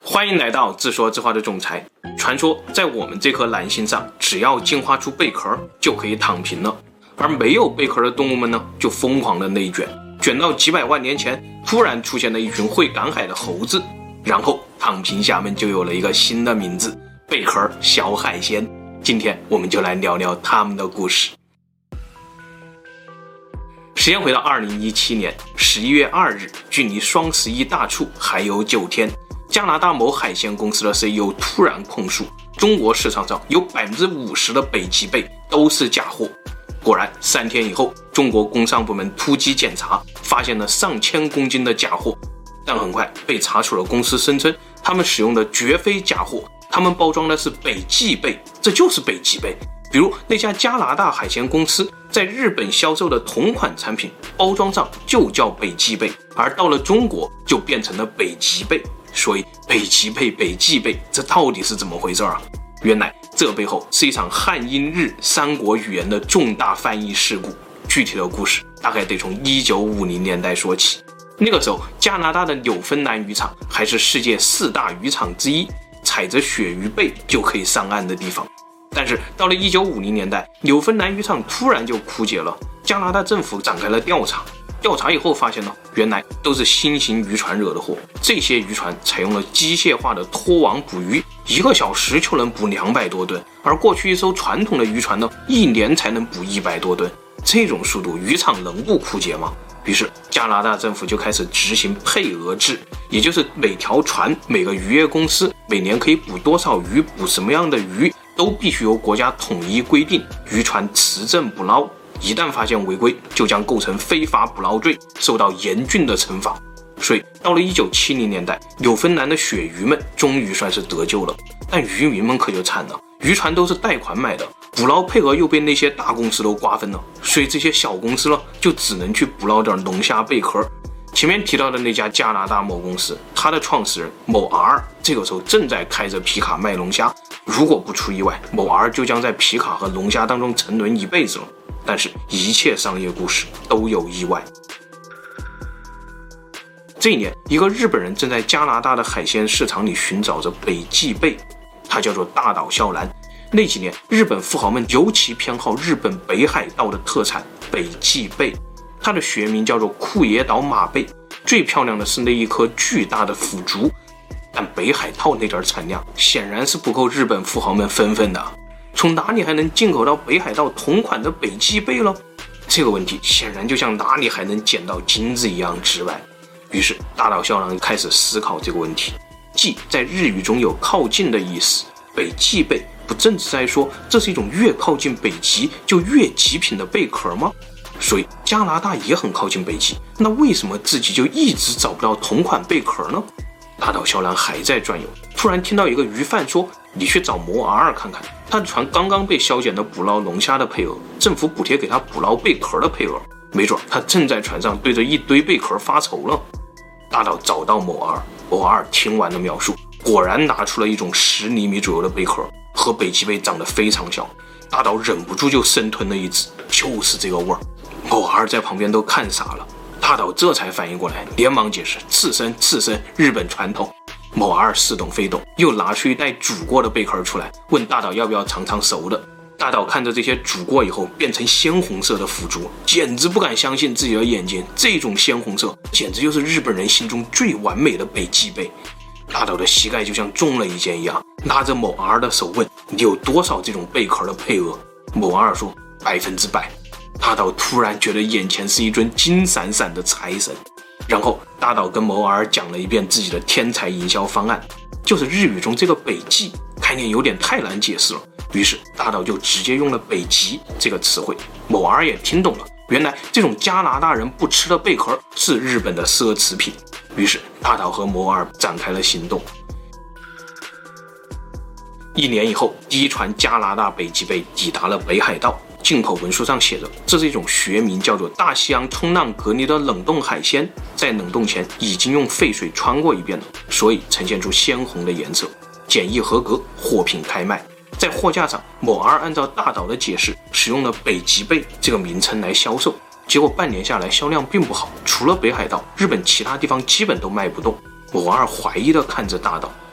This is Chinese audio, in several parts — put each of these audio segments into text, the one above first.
欢迎来到自说自话的总裁。传说在我们这颗蓝星上，只要进化出贝壳就可以躺平了，而没有贝壳的动物们呢，就疯狂的内卷，卷到几百万年前突然出现了一群会赶海的猴子，然后躺平侠们就有了一个新的名字——贝壳小海鲜。今天我们就来聊聊他们的故事。时间回到2017年11月2日，距离双11大促还有9天，加拿大某海鲜公司的 CEO 突然控诉，中国市场上有 50% 的北极贝都是假货。果然3天以后，中国工商部门突击检查，发现了上千公斤的假货，但很快被查处了公司声称他们使用的绝非假货，他们包装的是北极贝，这就是北极贝。比如那家加拿大海鲜公司在日本销售的同款产品包装上就叫北极贝，而到了中国就变成了北极贝。所以北极贝、北极贝，这到底是怎么回事啊？原来这背后是一场汉英日三国语言的重大翻译事故。具体的故事大概得从1950年代说起。那个时候加拿大的纽芬兰渔场还是世界4大渔场之一，踩着鳕鱼贝就可以上岸的地方。但是到了1950年代，纽芬兰渔场突然就枯竭了，加拿大政府展开了调查。调查以后发现原来都是新型渔船惹的祸。这些渔船采用了机械化的拖网捕鱼，1个小时就能捕200多吨，而过去一艘传统的渔船呢，1年才能捕100多吨。这种速度，渔场能不枯竭吗？于是加拿大政府就开始执行配额制，也就是每条船、每个渔业公司每年可以捕多少鱼、捕什么样的鱼，都必须由国家统一规定，渔船持证捕捞。一旦发现违规，就将构成非法捕捞罪，受到严峻的惩罚。所以到了1970年代，纽芬兰的鳕鱼们终于算是得救了，但渔民们可就惨了，渔船都是贷款买的，捕捞配额又被那些大公司都瓜分了，所以这些小公司呢，就只能去捕捞点龙虾贝壳。前面提到的那家加拿大某公司，它的创始人某 R 这个时候正在开着皮卡卖龙虾，如果不出意外，某 R 就将在皮卡和龙虾当中沉沦一辈子了。但是一切商业故事都有意外。这一年，一个日本人正在加拿大的海鲜市场里寻找着北极贝，他叫做大岛孝男。那几年，日本富豪们尤其偏好日本北海道的特产北极贝，它的学名叫做库野岛马贝。最漂亮的是那一颗巨大的腐竹，但北海道那点产量显然是不够日本富豪们分的。从哪里还能进口到北海道同款的北极贝了？这个问题显然就像哪里还能捡到金子一样直白。于是大岛孝男开始思考这个问题。既在日语中有靠近的意思，北极贝不正是在说这是一种越靠近北极就越极品的贝壳吗？所以加拿大也很靠近北极，那为什么自己就一直找不到同款贝壳呢？大岛孝男还在转悠，突然听到一个鱼贩说，你去找摩 R 看看，他的船刚刚被削减了捕捞龙虾的配额，政府补贴给他捕捞贝壳的配额，没准他正在船上对着一堆贝壳发愁了。大岛找到某 R， 某 R 听完了描述，果然拿出了一种10厘米左右的贝壳，和北极贝长得非常像。大岛忍不住就生吞了一只，就是这个味儿。某 R 在旁边都看傻了，大岛这才反应过来，连忙解释刺身，日本传统。某 R 似懂非懂，又拿出一袋煮过的贝壳出来，问大岛要不要尝尝熟的。大岛看着这些煮过以后变成鲜红色的腐竹，简直不敢相信自己的眼睛，这种鲜红色简直就是日本人心中最完美的北极贝。大岛的膝盖就像中了一箭一样，拉着某 R 的手问，你有多少这种贝壳的配额？某 R 说100%。大岛突然觉得眼前是一尊金闪闪的财神。然后大岛跟某 R 讲了一遍自己的天才营销方案，就是日语中这个北极概念有点太难解释了，于是大岛就直接用了北极这个词汇。某 R 也听懂了，原来这种加拿大人不吃的贝壳是日本的奢侈品。于是大岛和某 R 展开了行动。1年以后，第一船加拿大北极贝抵达了北海道，进口文书上写着，这是一种学名叫做大西洋冲浪隔离的冷冻海鲜，在冷冻前已经用沸水穿过一遍了，所以呈现出鲜红的颜色，检疫合格，货品开卖。在货架上，某 R 按照大岛的解释，使用了北极贝这个名称来销售，结果半年下来销量并不好，除了北海道，日本其他地方基本都卖不动。某 R 怀疑地看着大岛，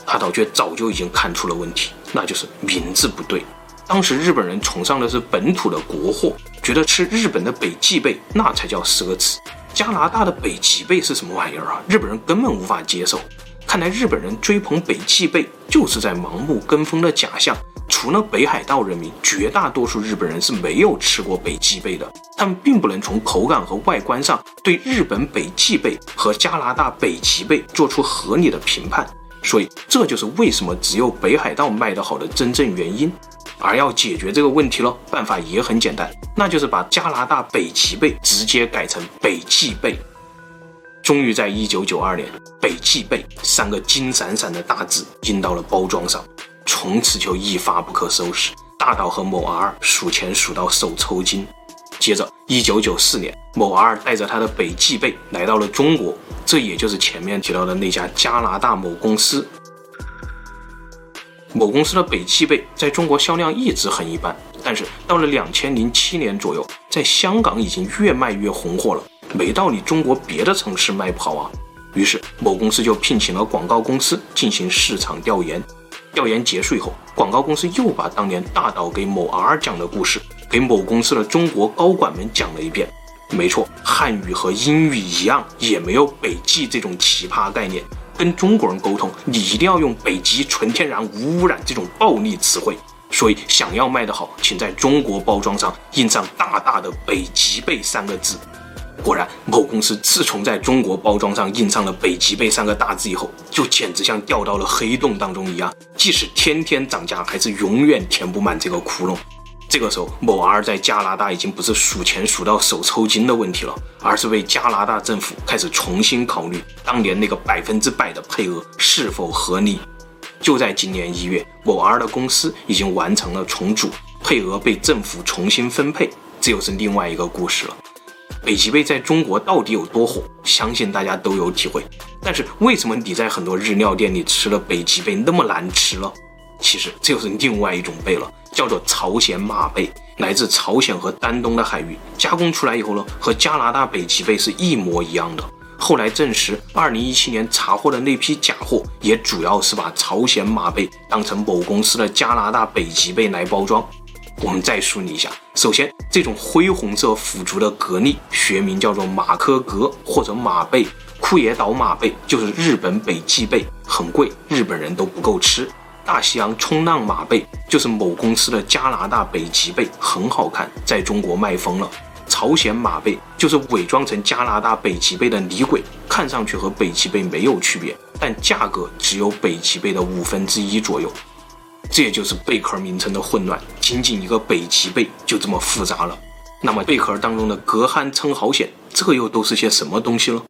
大岛却早就已经看出了问题，那就是名字不对。当时日本人崇尚的是本土的国货，觉得吃日本的北极贝那才叫是个词，加拿大的北极贝是什么玩意儿啊？日本人根本无法接受。看来日本人追捧北极贝就是在盲目跟风的假象。除了北海道人民，绝大多数日本人是没有吃过北极贝的，他们并不能从口感和外观上对日本北极贝和加拿大北极贝做出合理的评判，所以这就是为什么只有北海道卖得好的真正原因。而要解决这个问题了，办法也很简单，那就是把加拿大北极贝直接改成北极贝。终于在1992年，北极贝3个金闪闪的大字印到了包装上，从此就一发不可收拾。大岛和某 R 数钱数到手抽筋。接着1994年，某 R 带着他的北极贝来到了中国，这也就是前面提到的那家加拿大某公司。某公司的北极贝在中国销量一直很一般，但是到了2007年左右，在香港已经越卖越红火了，没道理中国别的城市卖不好啊。于是某公司就聘请了广告公司进行市场调研。调研结束以后，广告公司又把当年大岛给某 R 讲的故事给某公司的中国高管们讲了一遍。没错，汉语和英语一样，也没有北极这种奇葩概念。跟中国人沟通，你一定要用北极纯天然无污染这种暴力词汇。所以想要卖得好，请在中国包装上印上大大的北极贝3个字。果然，某公司自从在中国包装上印上了北极贝3个大字以后，就简直像掉到了黑洞当中一样，即使天天涨价，还是永远填不满这个窟窿。这个时候，某 R 在加拿大已经不是数钱数到手抽筋的问题了，而是为加拿大政府开始重新考虑当年那个100%的配额是否合理。就在今年1月，某 R 的公司已经完成了重组，配额被政府重新分配，这又是另外一个故事了。北极贝在中国到底有多火，相信大家都有体会。但是为什么你在很多日料店里吃了北极贝那么难吃了？其实这就是另外一种贝了，叫做朝鲜马贝，来自朝鲜和丹东的海域，加工出来以后呢，和加拿大北极贝是一模一样的。后来证实2017年查获的那批假货也主要是把朝鲜马贝当成某公司的加拿大北极贝来包装。我们再梳理一下，首先这种灰红色腐竹的蛤蜊学名叫做马科蛤或者马贝，库页岛马贝就是日本北极贝，很贵，日本人都不够吃。大西洋冲浪马贝就是某公司的加拿大北极贝，很好看，在中国卖疯了。朝鲜马贝就是伪装成加拿大北极贝的李鬼，看上去和北极贝没有区别，但价格只有北极贝的1/5左右。这也就是贝壳名称的混乱，仅仅一个北极贝就这么复杂了。那么贝壳当中的蛤蟆称好险，这又都是些什么东西了？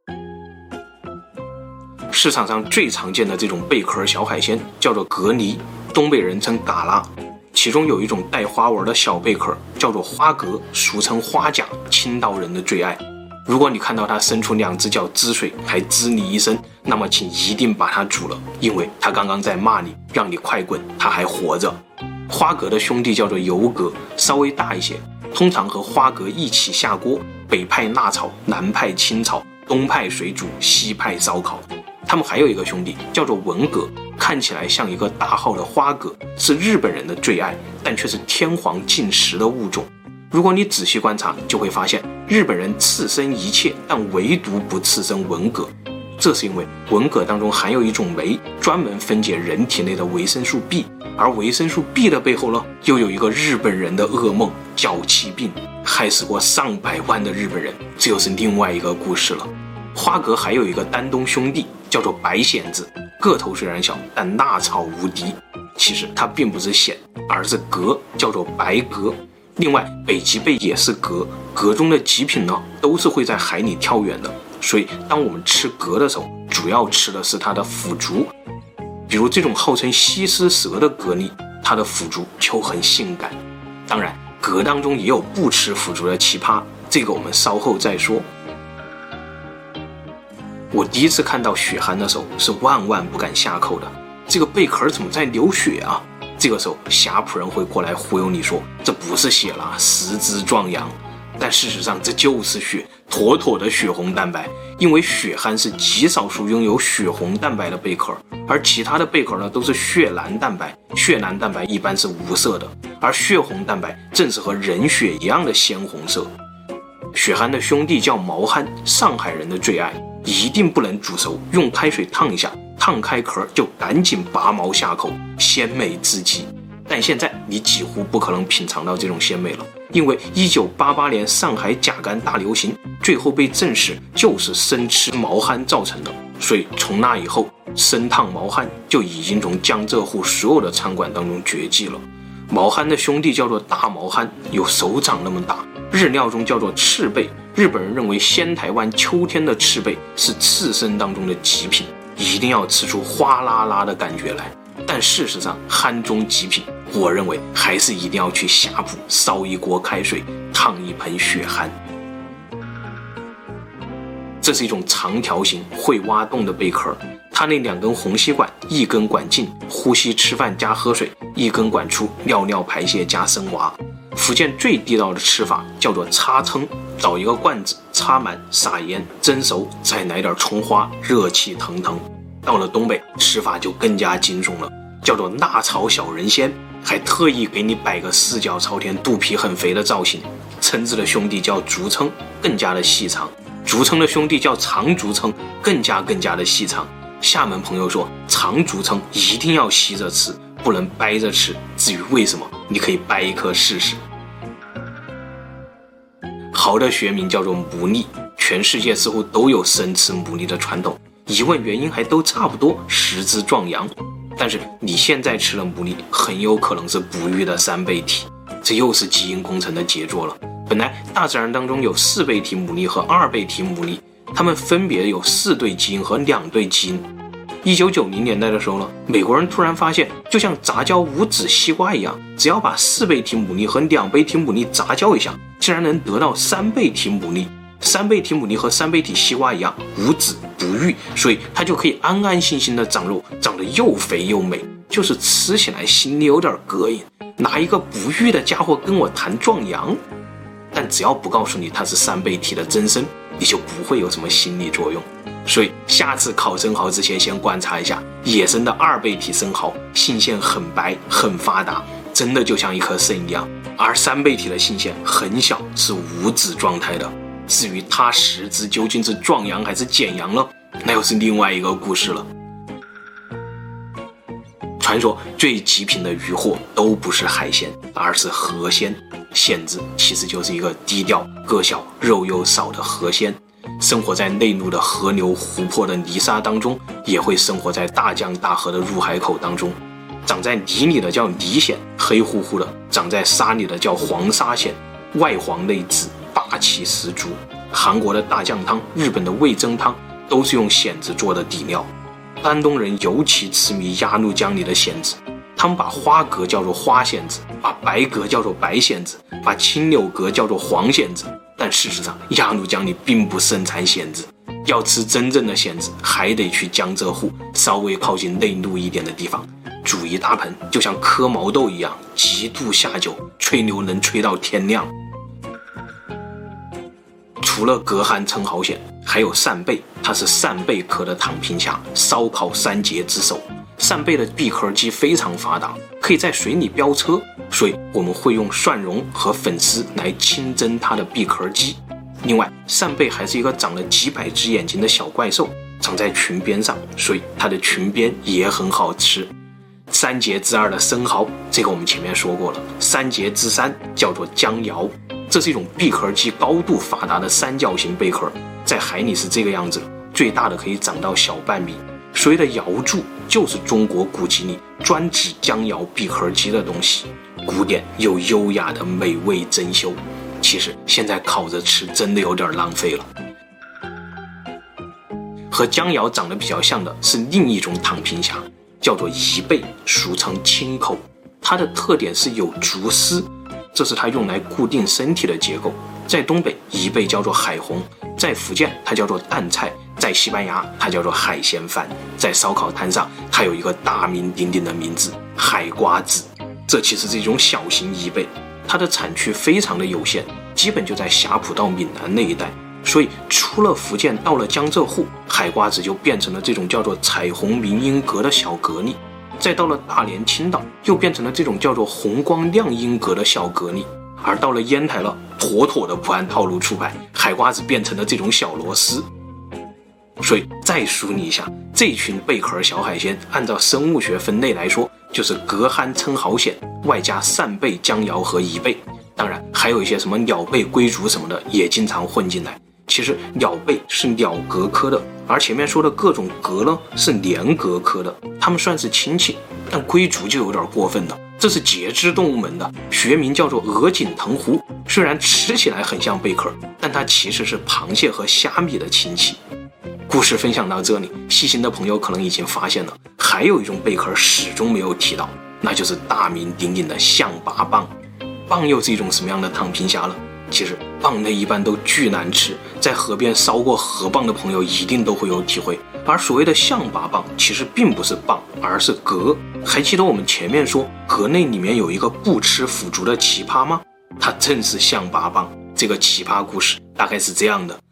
市场上最常见的这种贝壳小海鲜叫做蛤蜊，东北人称嘎啦。其中有一种带花纹的小贝壳叫做花蛤，俗称花甲，青岛人的最爱。如果你看到它伸出2只脚滋水还滋你一声，那么请一定把它煮了，因为它刚刚在骂你，让你快滚，它还活着。花蛤的兄弟叫做油蛤，稍微大一些，通常和花蛤一起下锅，北派辣炒，南派清炒，东派水煮，西派烧烤。他们还有一个兄弟叫做文蛤，看起来像一个大号的花蛤，是日本人的最爱，但却是天皇禁食的物种。如果你仔细观察，就会发现日本人刺身一切，但唯独不刺身文蛤。这是因为文蛤当中含有一种酶，专门分解人体内的维生素 B， 而维生素 B 的背后呢，又有一个日本人的噩梦——脚气病，害死过上百万的日本人，这又是另外一个故事了。花蛤还有一个丹东兄弟，叫做白蚬子，个头虽然小，但辣炒无敌。其实它并不是蚬，而是蛤，叫做白蛤。另外，北极贝也是蛤，蛤中的极品呢，都是会在海里跳远的。所以，当我们吃蛤的时候，主要吃的是它的腐竹。比如这种号称西施蛇的蛤蜊，它的腐竹就很性感。当然，蛤当中也有不吃腐竹的奇葩，这个我们稍后再说。我第一次看到血蚶的时候，是万万不敢下口的。这个贝壳怎么在流血啊？这个时候，霞浦人会过来忽悠你说，这不是血啦，实之壮阳。但事实上，这就是血， 妥妥的血红蛋白。因为血蚶是极少数拥有血红蛋白的贝壳，而其他的贝壳呢都是血蓝蛋白。血蓝蛋白一般是无色的，而血红蛋白正是和人血一样的鲜红色。血蚶的兄弟叫毛蚶，上海人的最爱，一定不能煮熟，用开水烫一下，烫开壳就赶紧拔毛下口，鲜美至极。但现在你几乎不可能品尝到这种鲜美了，因为1988年上海甲肝大流行，最后被证实就是生吃毛蚶造成的。所以从那以后，生烫毛蚶就已经从江浙沪所有的餐馆当中绝迹了。毛蚶的兄弟叫做大毛蚶，有手掌那么大，日料中叫做赤贝。日本人认为仙台湾秋天的赤贝是刺身当中的极品，一定要吃出哗啦啦的感觉来。但事实上，蚶中极品，我认为还是一定要去呷哺，烧一锅开水，烫一盆血蚶。这是一种长条形会挖洞的贝壳，它那2根虹吸管，一根管进呼吸吃饭加喝水，一根管出尿尿排泄加生娃。福建最地道的吃法叫做插蛏，找一个罐子插满，撒盐蒸熟，再来点葱花，热气腾腾。到了东北，吃法就更加惊悚了，叫做辣炒小人鲜，还特意给你摆个四脚朝天、肚皮很肥的造型。蛏子的兄弟叫竹蛏，更加的细长；竹蛏的兄弟叫长竹蛏，更加的细长。厦门朋友说，长竹蛏一定要吸着吃，不能掰着吃。至于为什么，你可以掰一颗试试。蚝的学名叫做牡蛎，全世界似乎都有生吃牡蛎的传统，一问原因还都差不多，食之壮阳。但是你现在吃了牡蛎，很有可能是不育的3倍体，这又是基因工程的杰作了。本来大自然当中有4倍体牡蛎和2倍体牡蛎，它们分别有4对基因和2对基因。1990年代的时候呢，美国人突然发现，就像杂交无籽西瓜一样，只要把4倍体牡蛎和2倍体牡蛎杂交一下，竟然能得到3倍体牡蛎。3倍体牡蛎和3倍体西瓜一样无籽不育，所以它就可以安安心心的长肉，长得又肥又美，就是吃起来心里有点膈应。拿一个不育的家伙跟我谈壮阳，但只要不告诉你它是3倍体的真身，你就不会有什么心理作用。所以下次烤生蚝之前先观察一下，野生的2倍体生蚝性腺很白很发达，真的就像一颗肾一样，而3倍体的性腺很小，是无籽状态的。至于它食之究竟是壮阳还是减阳呢，那又是另外一个故事了。传说最极品的渔获都不是海鲜，而是河鲜。蚬子其实就是一个低调个小肉又少的河鲜，生活在内陆的河流湖泊的泥沙当中，也会生活在大江大河的入海口当中。长在泥里的叫泥蚬，黑乎乎的；长在沙里的叫黄沙蚬，外黄内紫，霸气十足。韩国的大酱汤，日本的味噌汤都是用蚬子做的底料。丹东人尤其痴迷鸭绿江里的蚬子，他们把花蛤叫做花蚬子，把白蛤叫做白蚬子，把青柳蛤叫做黄蚬子。但事实上，鸭绿江里并不盛产蚬子，要吃真正的蚬子，还得去江浙沪稍微靠近内陆一点的地方，煮一大盆，就像磕毛豆一样，极度下酒，吹牛能吹到天亮。除了蛤蚶称好蚬，还有扇贝，它是扇贝科的躺平虾，烧烤3杰之首。扇贝的闭壳肌非常发达，可以在水里飙车，所以我们会用蒜蓉和粉丝来清蒸它的闭壳肌。另外，扇贝还是一个长了几百只眼睛的小怪兽，长在裙边上，所以它的裙边也很好吃。3杰之2的生蚝，这个我们前面说过了。3杰之3叫做江瑶，这是一种闭壳肌高度发达的三角形贝壳，在海里是这个样子，最大的可以长到小半米。所谓的瑶柱就是中国古籍里专指江瑶闭壳肌的东西，古典又优雅的美味珍馐。其实现在烤着吃真的有点浪费了。和江瑶长得比较像的是另一种躺平虾，叫做贻贝，俗称青口。它的特点是有竹丝，这是它用来固定身体的结构。在东北，贻贝叫做海虹；在福建，它叫做蛋菜；在西班牙，它叫做海鲜饭；在烧烤摊上，它有一个大名鼎鼎的名字——海瓜子。这其实是一种小型贻贝，它的产区非常的有限，基本就在霞浦到闽南那一带。 所以出了福建到了江浙沪，海瓜子就变成了这种叫做彩虹明英格的小蛤蜊，再到了大连青岛又变成了这种叫做红光亮英格的小蛤蜊，而到了烟台了，妥妥的不按套路出牌，海瓜子变成了这种小螺丝。所以再梳理一下，这群贝壳小海鲜按照生物学分类来说，就是隔酣称好蚬，外加扇贝、江瑶和贻贝，当然还有一些什么鸟贝、龟足什么的也经常混进来。其实鸟贝是鸟蛤科的，而前面说的各种蛤呢是鲢蛤科的，它们算是亲戚。但龟足就有点过分了，这是节肢动物门的，学名叫做鹅颈藤壶，虽然吃起来很像贝壳，但它其实是螃蟹和虾米的亲戚。故事分享到这里，细心的朋友可能已经发现了，还有一种贝壳始终没有提到，那就是大名鼎鼎的象拔蚌。蚌又是一种什么样的躺平虾了？其实蚌类一般都巨难吃，在河边烧过河蚌的朋友一定都会有体会。而所谓的象拔蚌其实并不是蚌，而是蛤。还记得我们前面说蛤类里面有一个不吃腐竹的奇葩吗？它正是象拔蚌。这个奇葩故事大概是这样的。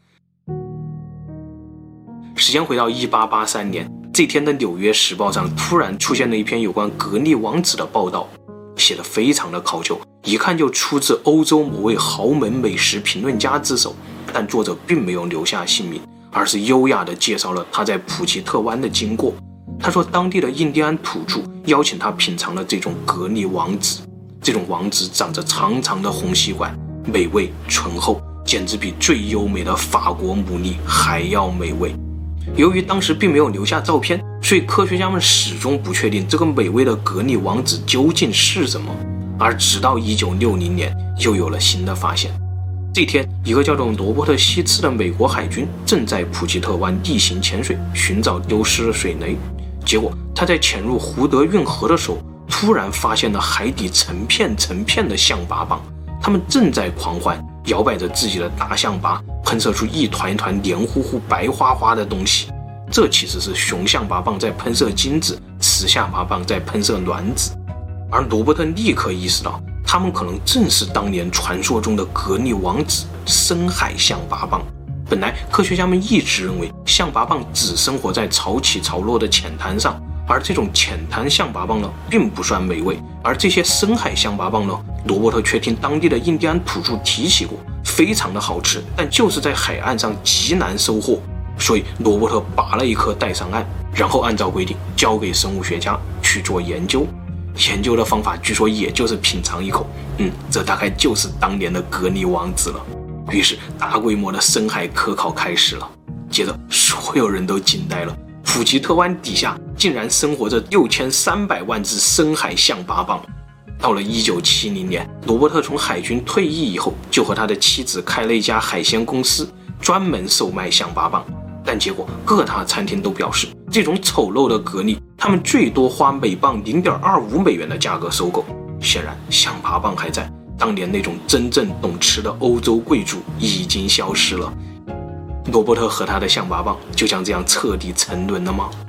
时间回到1883年，这天的《纽约时报》上突然出现了一篇有关蛤蜊王子的报道，写得非常的考究，一看就出自欧洲某位豪门美食评论家之手，但作者并没有留下姓名，而是优雅地介绍了他在普吉特湾的经过。他说当地的印第安土著邀请他品尝了这种蛤蜊王子，这种王子长着长长的红吸管，美味醇厚，简直比最优美的法国牡蛎还要美味。由于当时并没有留下照片，所以科学家们始终不确定这个美味的蛤蜊王子究竟是什么。而直到1960年，又有了新的发现。这天，一个叫做罗伯特·希茨的美国海军正在普吉特湾地形潜水，寻找丢失的水雷。结果他在潜入胡德运河的时候，突然发现了海底成片成片的象拔蚌，它们正在狂欢，摇摆着自己的大象拔，喷射出一团一团黏糊糊白花花的东西。这其实是雄象拔蚌在喷射精子，雌象拔蚌在喷射卵子。而罗伯特立刻意识到，他们可能正是当年传说中的蛤蜊王子深海象拔蚌。本来科学家们一直认为象拔蚌只生活在潮起潮落的浅滩上，而这种浅滩象拔蚌呢并不算美味，而这些深海象拔蚌呢，罗伯特却听当地的印第安土著提起过，非常的好吃，但就是在海岸上极难收获。所以罗伯特拔了一颗带上岸，然后按照规定交给生物学家去做研究。研究的方法据说也就是品尝一口，这大概就是当年的蛤蜊王子了。于是大规模的深海科考开始了。接着所有人都惊呆了，普吉特湾底下竟然生活着6300万只深海象拔蚌。到了1970年，罗伯特从海军退役以后，就和他的妻子开了一家海鲜公司，专门售卖象拔蚌。但结果各大餐厅都表示，这种丑陋的蛤蜊他们最多花每磅0.25美元的价格收购。显然象拔蚌还在，当年那种真正懂吃的欧洲贵族已经消失了。罗伯特和他的象拔蚌就像这样彻底沉沦了吗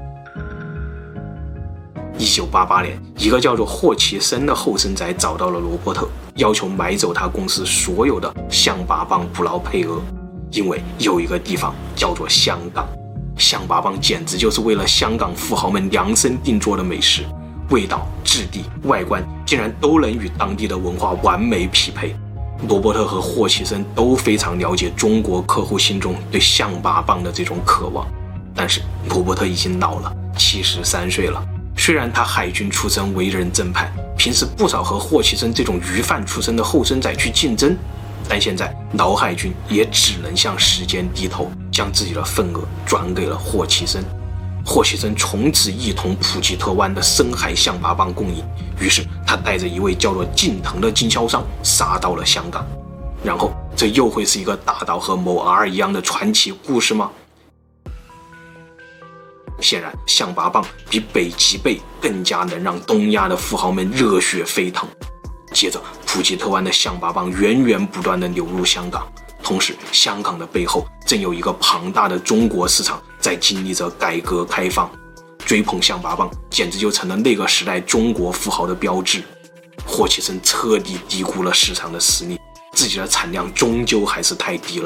？1988年，一个叫做霍奇森的后生仔找到了罗伯特，要求买走他公司所有的象拔蚌捕捞配额。因为有一个地方叫做香港，象拔蚌简直就是为了香港富豪们量身定做的美食，味道、质地、外观竟然都能与当地的文化完美匹配。罗伯特和霍奇森都非常了解中国客户心中对象拔蚌的这种渴望，但是罗伯特已经老了，73岁了。虽然他海军出身，为人正派，平时不少和霍奇森这种鱼贩出身的后生仔去竞争，但现在老海军也只能向时间低头，将自己的份额转给了霍奇森。霍奇森从此一统普吉特湾的深海象拔蚌供应，于是他带着一位叫做近藤的经销商杀到了香港。然后这又会是一个大到和某 R 一样的传奇故事吗？显然象拔蚌比北极贝更加能让东亚的富豪们热血沸腾。接着普吉特湾的象拔蚌源源不断地流入香港，同时香港的背后正有一个庞大的中国市场在经历着改革开放，追捧象拔蚌简直就成了那个时代中国富豪的标志。霍奇森彻底低估了市场的实力，自己的产量终究还是太低了。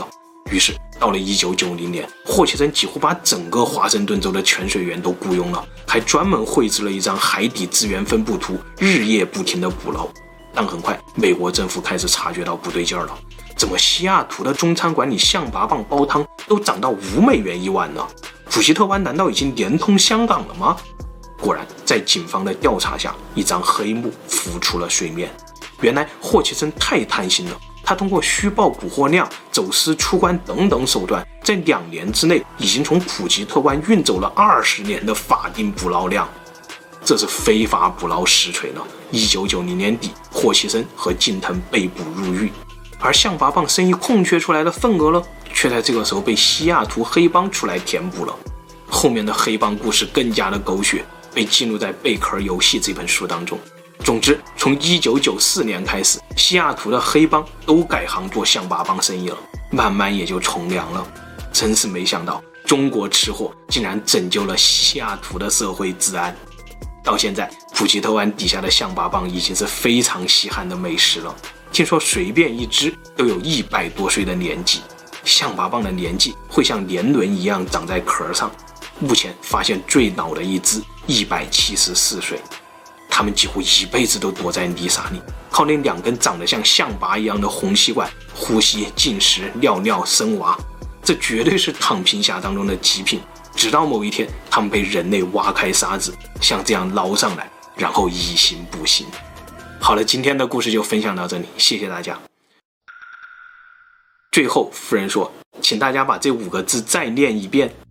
于是到了1990年，霍奇森几乎把整个华盛顿州的潜水员都雇佣了，还专门绘制了一张海底资源分布图，日夜不停地捕捞。但很快美国政府开始察觉到不对劲了，怎么西雅图的中餐馆里象拔蚌煲汤都涨到$5一碗呢？普希特湾难道已经连通香港了吗？果然在警方的调查下，一张黑幕浮出了水面。原来霍奇森太贪心了，他通过虚报捕获量、走私出关等等手段，在2年之内已经从普吉特湾运走了20年的法定捕捞量。这是非法捕捞实锤了。1990年底，霍奇森和近藤被捕入狱，而象拔蚌生意空缺出来的份额呢，却在这个时候被西雅图黑帮出来填补了。后面的黑帮故事更加的狗血，被记录在《贝壳游戏》这本书当中。总之，从1994年开始，西雅图的黑帮都改行做象拔蚌生意了，慢慢也就从良了。真是没想到，中国吃货竟然拯救了西雅图的社会治安。到现在，普吉特湾底下的象拔蚌已经是非常稀罕的美食了。听说随便一只都有100多岁的年纪，象拔蚌的年纪会像年轮一样长在壳上。目前发现最老的一只174岁，它们几乎一辈子都躲在泥沙里，靠那2根长得像象拔一样的红吸管呼吸、进食、尿尿、生娃，这绝对是躺平侠当中的极品。直到某一天，他们被人类挖开沙子，像这样捞上来，然后以形补形。好了，今天的故事就分享到这里，谢谢大家。最后夫人说，请大家把这5个字再念一遍。